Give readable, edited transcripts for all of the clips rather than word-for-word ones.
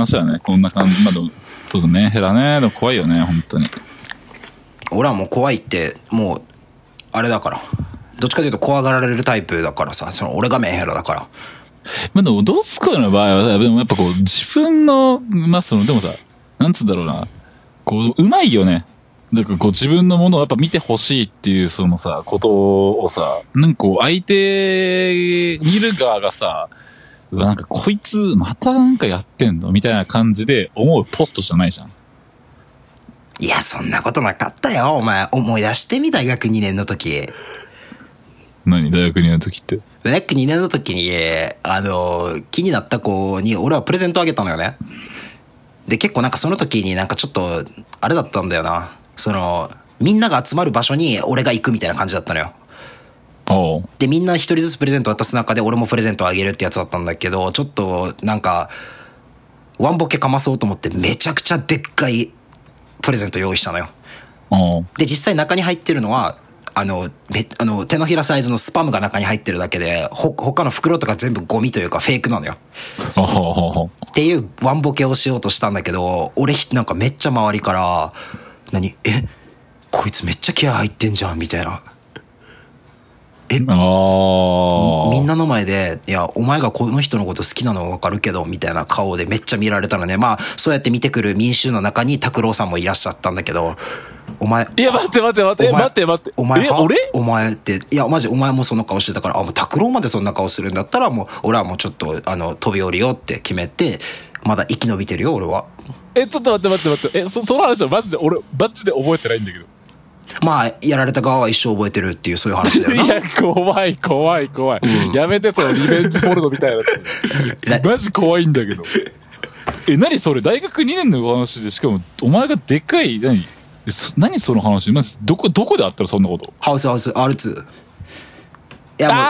話だね。こんな感じ。まあでもそうだね、ヘラね。でも怖いよね、本当に。 俺はもう怖いってもうあれだから、どっちかというと怖がられるタイプだからさ、その俺がメンヘラだから。 まあでもドスコイの場合はさ、でもやっぱこう自分のまあそのでもさ、なんつうんだろうな、こううまいよね。だからこう自分のものをやっぱ見てほしいっていうそのさことをさ、なんかこう相手見る側がさ、うわなんかこいつまたなんかやってんのみたいな感じで思うポストじゃないじゃん。 いやそんなことなかったよ。お前思い出してみ、大学2年の時。 何大学2年の時って。 大学2年の時に気になった子に俺はプレゼントあげたのよね。で結構なんかその時になんかちょっとあれだったんだよな、そのみんなが集まる場所に俺が行くみたいな感じだったのよ。でみんな一人ずつプレゼント渡す中で俺もプレゼントあげるってやつだったんだけど、ちょっとなんかワンボケかまそうと思ってめちゃくちゃでっかいプレゼント用意したのよ。で実際中に入ってるのは手のひらサイズのスパムが中に入ってるだけで、他の袋とか全部ゴミというかフェイクなのよ。っていうワンボケをしようとしたんだけど、俺なんかめっちゃ周りからこいつめっちゃ気合入ってんじゃんみたいな。みんなの前で、いやお前がこの人のこと好きなのは分かるけどみたいな顔でめっちゃ見られたらね。まあそうやって見てくる民衆の中に拓郎さんもいらっしゃったんだけど、お前、 いや待ってお前お前って、いやマジお前もその顔してたから、もう拓郎までそんな顔するんだったらもう俺はもうちょっと飛び降りようって決めて、まだ生き延びてるよ俺は。 ちょっと待ってその話はマジで俺マジで覚えてないんだけど。 まあやられた側は一生覚えてるっていう、そういう話だよな。 いや怖い、やめてそのリベンジポルノみたいなやつマジ怖いんだけど。何それ大学2年の話で、しかもお前がでかい何その話、どこであったらそんなこと。 ハウス R2。 いや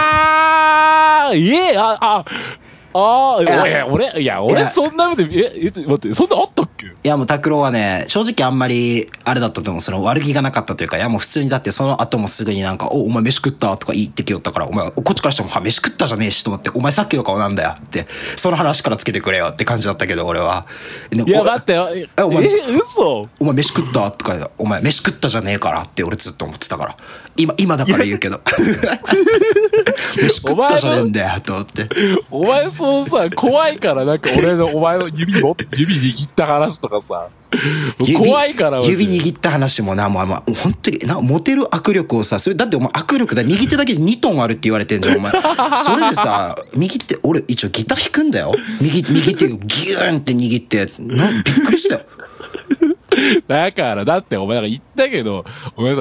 俺そんな目で待って、そんなあったっけ。 いやもう拓郎はね正直あんまりあれだったと思う。その悪気がなかったというか、いやもう普通に、だってその後もすぐになんかお前飯食ったとか言ってきよったから、お前こっちからしても飯食ったじゃねえしと思って、お前さっきの顔なんだよってその話からつけてくれよって感じだったけど俺は。 いや待ってよ、 お前嘘、 お前飯食ったとか、お前飯食ったじゃねえからって俺ずっと思ってたから、今だから言うけど飯食ったじゃねえんだよと思って。 お前そのさ怖いからなんかお前の指握った話とかさ怖いから指握った話もな、もう本当にモテる握力をさ、それだってお前握力だ、右手だけで2トンあるって言われてんじゃんお前。それでさ右手、俺一応ギター弾くんだよ、右手をギューンって握って、びっくりしたよ。 だからだってお前言ったけど、お前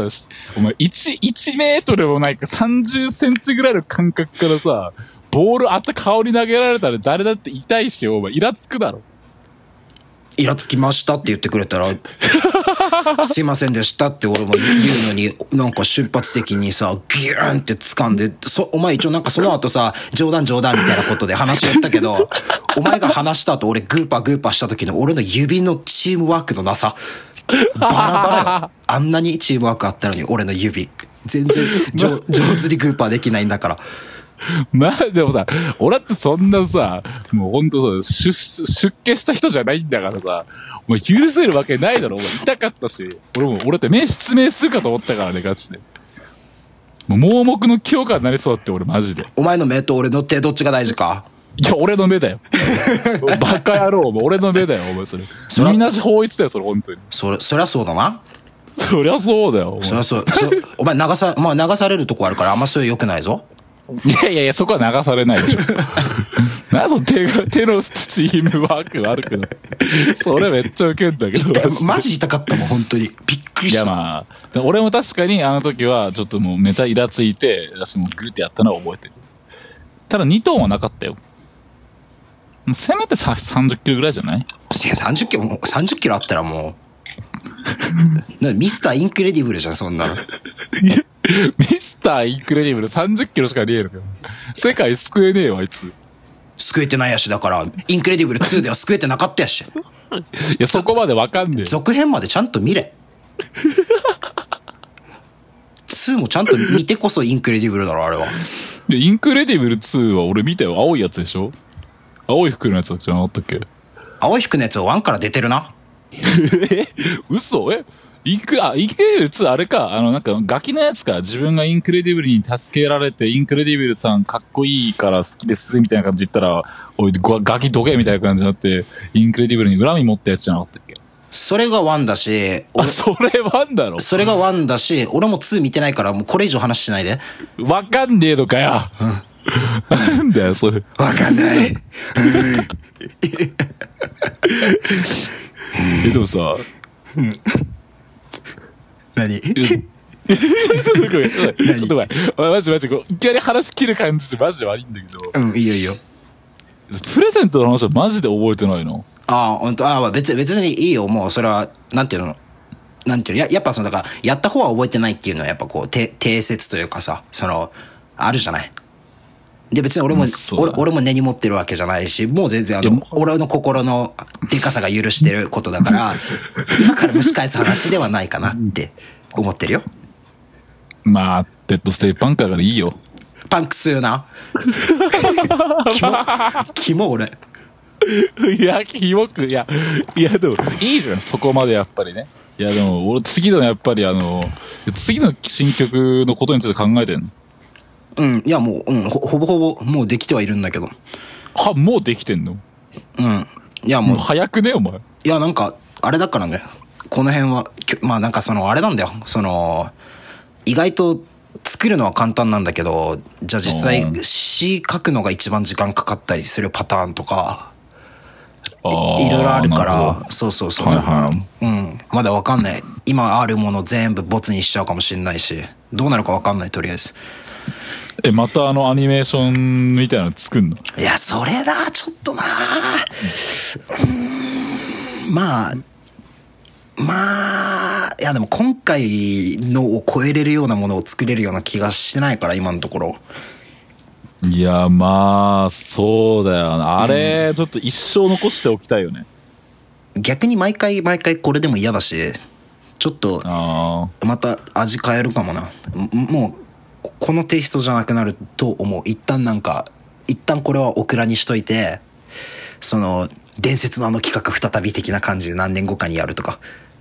1メートルもないか30センチぐらいの間隔からさボール顔に投げられたら誰だって痛いし、お前イラつくだろ。 イラつきましたって言ってくれたらすいませんでしたって俺も言うのに、なんか瞬発的にさギューンって掴んで、お前一応なんかその後さ冗談みたいなことで話し合ったけどお前が話した後俺グーパーした時の俺の指のチームワークのなさ、バラバラよ。あんなにチームワークあったのに俺の指全然上手にグーパーできないんだから。 まあでもさ、俺ってそんなさ、もうほんとさ、出家した人じゃないんだからさ、お前許せるわけないだろ。お前痛かったし、俺って目失明するかと思ったからね、ガチで。もう盲目の強化になりそうだって、俺マジで。 お前の目と俺の手どっちが大事か。 いや俺の目だよ。バカ野郎、俺の目だよお前それ。耳なし法一だよそれ本当に。 そりゃそうだな。 そりゃそうだよ。 そりゃそう。お前流されるとこあるからあんまそれ良くないぞ。 いやそこは流されないでしょ。なんその手のチームワーク悪くない。それめっちゃウケんだけど。 マジ痛かったもん本当に。びっくりした。 いやまあ俺も確かにあの時はちょっともうめちゃイラついて、私もグーってやったのは覚えてる。ただ2トンはなかったよ。せめて30キロぐらいじゃない？ 30キロあったらもうミスターインクレディブルじゃんそんなの。 ミスターインクレディブル30キロしかねえのかよ。世界救えねえよあいつ。 救えてないやし、だからインクレディブル2では救えてなかったやし。いやそこまでわかんねえ。 続編までちゃんと見れ。2もちゃんと見てこそインクレディブルだろあれは。 インクレディブル2は俺見たよ。青いやつでしょ。青い服のやつじゃなかったっけ。 青い服のやつは1から出てるな。 嘘インクレディブル2あれか。なんかガキのやつか。自分がインクレディブルに助けられて、インクレディブルさんかっこいいから好きですみたいな感じで言ったら、おい、ガキどけみたいな感じになって、インクレディブルに恨み持ったやつじゃなかったっけ？ それが1だし、 それ1だろ？ それが1だし、俺も2見てないから、もうこれ以上話しないで。 わかんねえのかよ。なんだよ、それ。 わかんない。 でもさ、 何ちょっとごめん。マジ、いきなり話切る感じでマジで悪いんだけど。 いいよいいよ。 プレゼントの話はマジで覚えてないの？ 本当。別にいいよ。もうそれは、なんていうのやっぱだから、やった方は覚えてないっていうのはやっぱこう、定説というかさ、あるじゃない。で、別に俺も根に持ってるわけじゃないし、もう全然俺の心のでかさが許してることだから、今から蒸し返す話ではないかなって思ってるよ。 まあ、デッドステイパンカーからいいよ。 パンクスな。キモ俺。 いや、キモく、いや、でも、いいじゃん、そこまでやっぱりね。いや、でも、俺、次のやっぱり次の新曲のことについて考えてんの？ いやもう、ほぼほぼもうできてはいるんだけど。 もうできてんの？ いやもう。 早くね、お前。 いや、なんか、あれだからね、この辺は、まあなんかあれなんだよ、意外と作るのは簡単なんだけど、じゃあ実際、詩書くのが一番時間かかったりするパターンとか、いろいろあるから、そう。 はいはい。 まだわかんない。今あるもの全部ボツにしちゃうかもしれないし、どうなるかわかんない、とりあえず。 またアニメーションみたいなの作んの？ いや、それだ、ちょっとな。まあ、いやでも今回のを超えれるようなものを作れるような気がしてないから、今のところ。 いや、まあ、そうだよな。あれ、ちょっと一生残しておきたいよね。 逆に毎回これでも嫌だし、ちょっと、また味変えるかもな。もう、このテイストじゃなくなると思う。一旦これはオクラにしといて、伝説の企画再び的な感じで何年後かにやるとか。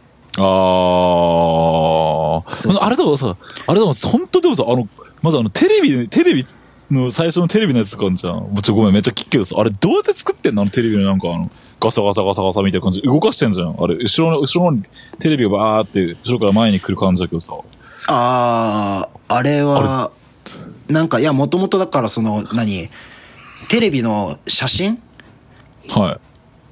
あれでもさ、本当でもさ、まずテレビの最初のテレビのやつとかあるじゃん。ごめん、めっちゃ聞くけどさ、あれどうやって作ってんの？テレビのなんかガサガサガサガサみたいな感じで動かしてんじゃん。あれ、後ろにテレビがバーって後ろから前に来る感じだけどさ。 あれは、なんか、いや、もともとだからテレビの写真？ はい。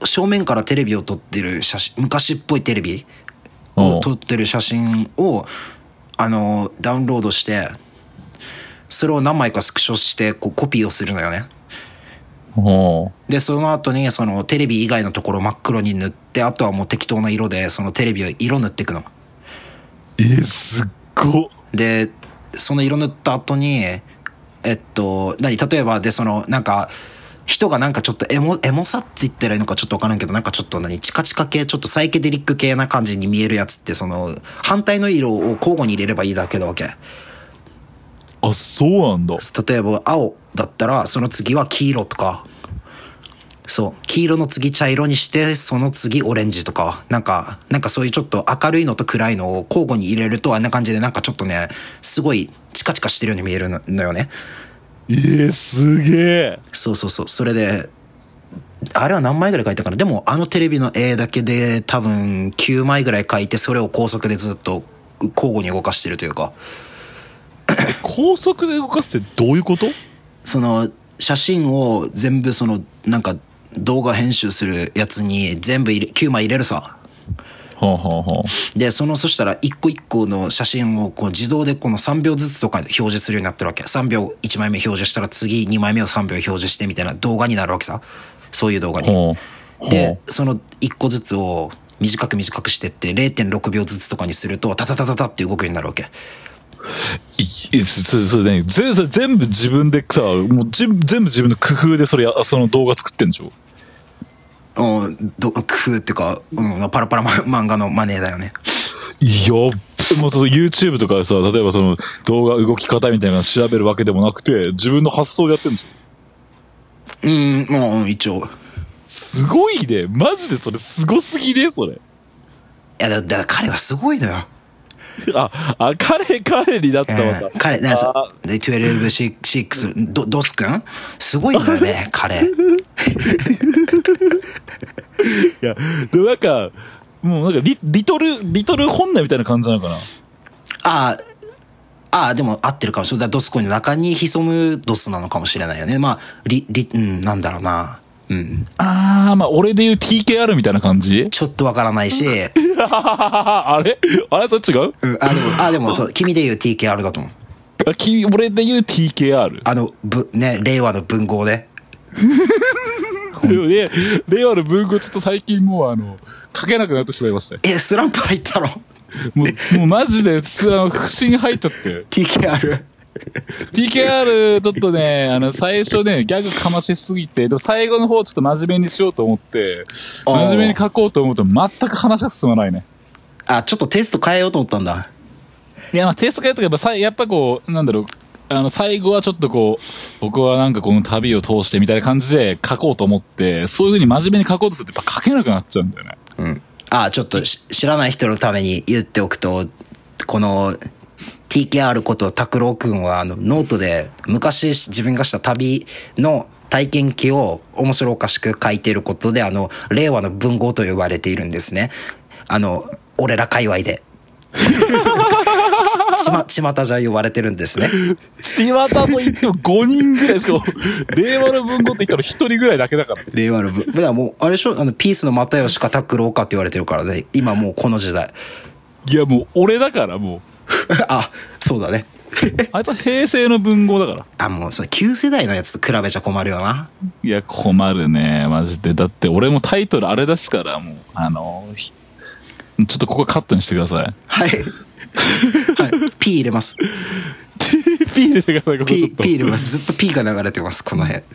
正面からテレビを撮ってる写真、昔っぽいテレビを撮ってる写真を、ダウンロードして、それを何枚かスクショしてコピーをするのよね。でその後にテレビ以外のところを真っ黒に塗って、あとはもう適当な色でテレビを色塗っていくの。 すっごっ。 でその色塗った後に例えばでなんか人がなんかちょっとエモさって言ったらいいのかちょっと分からんけど、なんかちょっとチカチカ系、ちょっとサイケデリック系な感じに見えるやつって、反対の色を交互に入れればいいだけだわけ。 そうなんだ。 例えば青だったらその次は黄色とか、黄色の次茶色にしてその次オレンジとか、なんかそういうちょっと明るいのと暗いのを交互に入れると、あんな感じでなんかちょっとね、すごいチカチカしてるように見えるのよね。 すげえ。 そうそれであれは何枚ぐらい描いたかな。でもテレビの絵だけで多分9枚ぐらい描いて、それを高速でずっと交互に動かしてるというか。 高速で動かすってどういうこと？ 写真を全部なんか動画編集するやつに全部9枚入れるさ。でそしたら一個一個の写真を自動で3秒ずつとか表示するようになってるわけ。3秒1枚目表示したら次2枚目を3秒表示してみたいな動画になるわけさ。そういう動画に。でその1個ずつを短くしてって 0.6 秒ずつとかにするとタタタタタって動くようになるわけ。 それ全部自分でさ、もう全部自分の工夫でその動画作ってんでしょ？ 工夫っていうか、パラパラ漫画のマネーだよね。 もうYouTube とかでさ、例えば動画動き方みたいなの調べるわけでもなくて、自分の発想でやってんでしょ？ もう一応すごいね。マジでそれすごすぎねそれ。 いやだから彼はすごいのよ。 彼になったわ。 彼なんかで12-6ドス君すごいんだよね彼。いやでもなんかもうなんかリトル本内みたいな感じなのかな。 でも合ってるかもしれない。ドスコイの中に潜むドスなのかもしれないよね。まあなんだろうな。 まあ俺で言う TKR みたいな感じ。 ちょっとわからないしあれそれ違う？ でもそう君で言う TKR だと思う。 俺で言う TKR。 令和の文豪で令和の文豪ちょっと最近もう書けなくなってしまいました。 スランプ入ったの？ もうマジで不審入っちゃって TKR ちょっとね最初ねギャグかましすぎて、でも最後の方ちょっと真面目にしようと思って真面目に書こうと思うと全く話が進まないね。 ちょっとテスト変えようと思ったんだ。 いやまあテスト変えとかやっぱこうなんだろう最後はちょっとこう僕はなんかこの旅を通してみたいな感じで書こうと思って、そういう風に真面目に書こうとするとやっぱ書けなくなっちゃうんだよね。 ちょっと知らない人のために言っておくと、この TKR こと拓郎くんはノートで昔自分がした旅の体験記を面白おかしく書いていることで令和の文豪と呼ばれているんですね。俺ら界隈で巷じゃ呼ばれてるんですね。 巷と言っても5人ぐらいしか令和の文豪って言ったら1人ぐらいだけだから。 令和の文だからもうあれでしょ、ピースの又吉か拓郎かって言われてるからね今もうこの時代。 いやもう俺だからもうそうだねあいつは平成の文豪だから。 もうそれ旧世代のやつと比べちゃ困るよな。 いや困るねマジで。だって俺もタイトルあれですからもうちょっとここカットにしてください。 はいP 入れます。 P 入れてください。 P 入れます。ずっと P が流れてますこの辺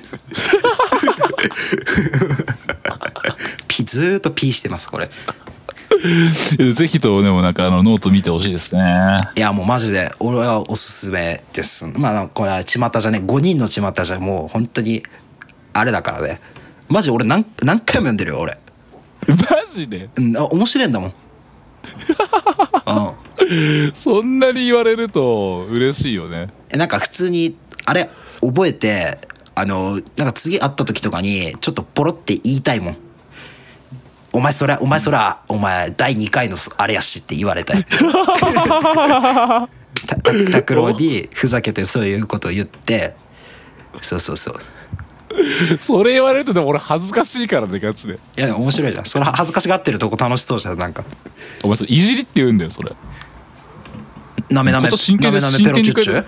ずーっと P してますこれ。 ぜひとでもなんかノート見てほしいですね。 いやもうマジで俺はおすすめです。まあこれは巷じゃね、5人の巷じゃもう本当にあれだからね。マジ俺何回も読んでるよ俺。 マジで？ 面白いんだもんそんなに言われると嬉しいよね。 なんか普通にあれ覚えてなんか次会った時とかにちょっとポロって言いたいもん。お前第2回のあれやしって言われたい拓郎にふざけてそういうことを言って、そうそれ言われるとでも俺恥ずかしいからねガチで。 いやでも面白いじゃんそれ。恥ずかしがってるとこ楽しそうじゃん。なんかお前それいじりって言うんだよそれ。 なめペロチュッチュ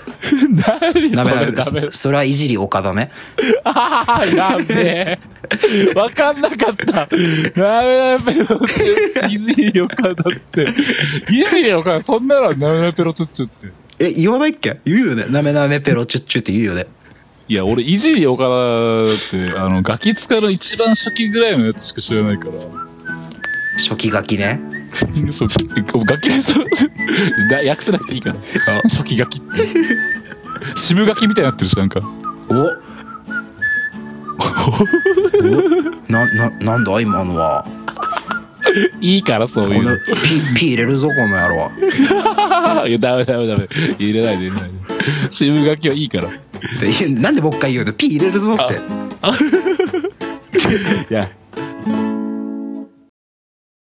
ダメそれはいじり岡田ね。 やべえ分かんなかった。なめペロチュッチュいじり岡田っていじり岡田そんなのなめペロチュッチュって言わないっけ？言うよね。なめペロチュッチュって言うよね。 いや俺いじり岡田ってガキ使の一番初期ぐらいのやつしか知らないから。 初期ガキね。 そうガキ訳せなくていいから初期ガキって渋ガキみたいになってるしなんかなんだ今のは。 いいからそういうの P 入れるぞこの野郎。 いやダメ入れないで渋ガキはいいから。 なんでもう一回言うの？ P 入れるぞって。 いや